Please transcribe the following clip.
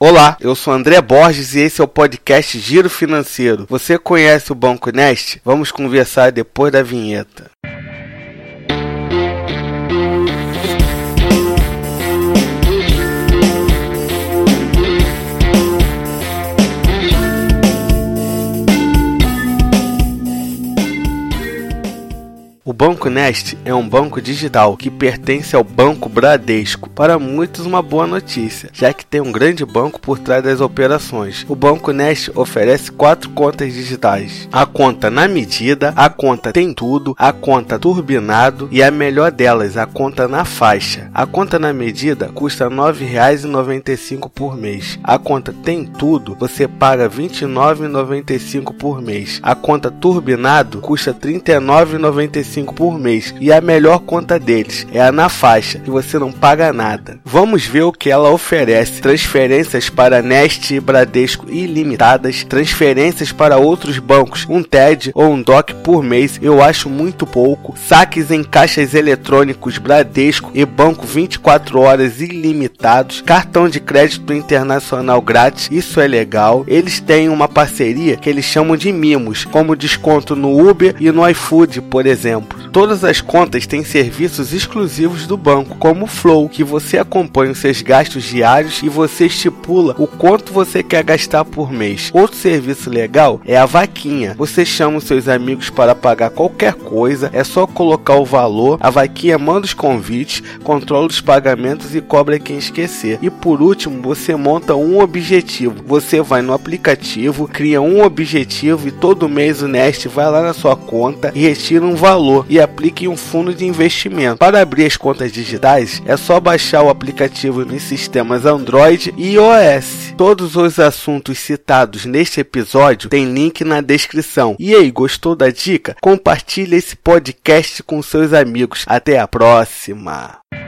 Olá, eu sou André Borges e esse é o podcast Giro Financeiro. Você conhece o Banco Nest? Vamos conversar depois da vinheta. O Banco Nest é um banco digital que pertence ao Banco Bradesco. Para muitos, uma boa notícia, já que tem um grande banco por trás das operações. O Banco Nest oferece 4 contas digitais: a conta na medida, a conta tem tudo, a conta turbinado e a melhor delas, a conta na faixa. A conta na medida custa R$ 9,95 por mês. A conta tem tudo, você paga R$ 29,95 por mês. A conta turbinado custa R$ 39,95 por mês, e a melhor conta deles é a na faixa, que você não paga nada. Vamos ver o que ela oferece: transferências para Nest e Bradesco ilimitadas, transferências para outros bancos, um TED ou um DOC por mês, eu acho muito pouco, saques em caixas eletrônicos Bradesco e banco 24 horas ilimitados, cartão de crédito internacional grátis, isso é legal. Eles têm uma parceria que eles chamam de mimos, como desconto no Uber e no iFood, por exemplo. Todas as contas têm serviços exclusivos do banco, como o Flow, que você acompanha os seus gastos diários e você estipula o quanto você quer gastar por mês. Outro serviço legal é a Vaquinha. Você chama os seus amigos para pagar qualquer coisa, é só colocar o valor, a Vaquinha manda os convites, controla os pagamentos e cobra quem esquecer. E por último, você monta um objetivo. Você vai no aplicativo, cria um objetivo e todo mês o Nest vai lá na sua conta e retira um valor e aplique em um fundo de investimento. Para abrir as contas digitais, é só baixar o aplicativo nos sistemas Android e iOS. Todos os assuntos citados neste episódio tem link na descrição. E aí, gostou da dica? Compartilhe esse podcast com seus amigos. Até a próxima!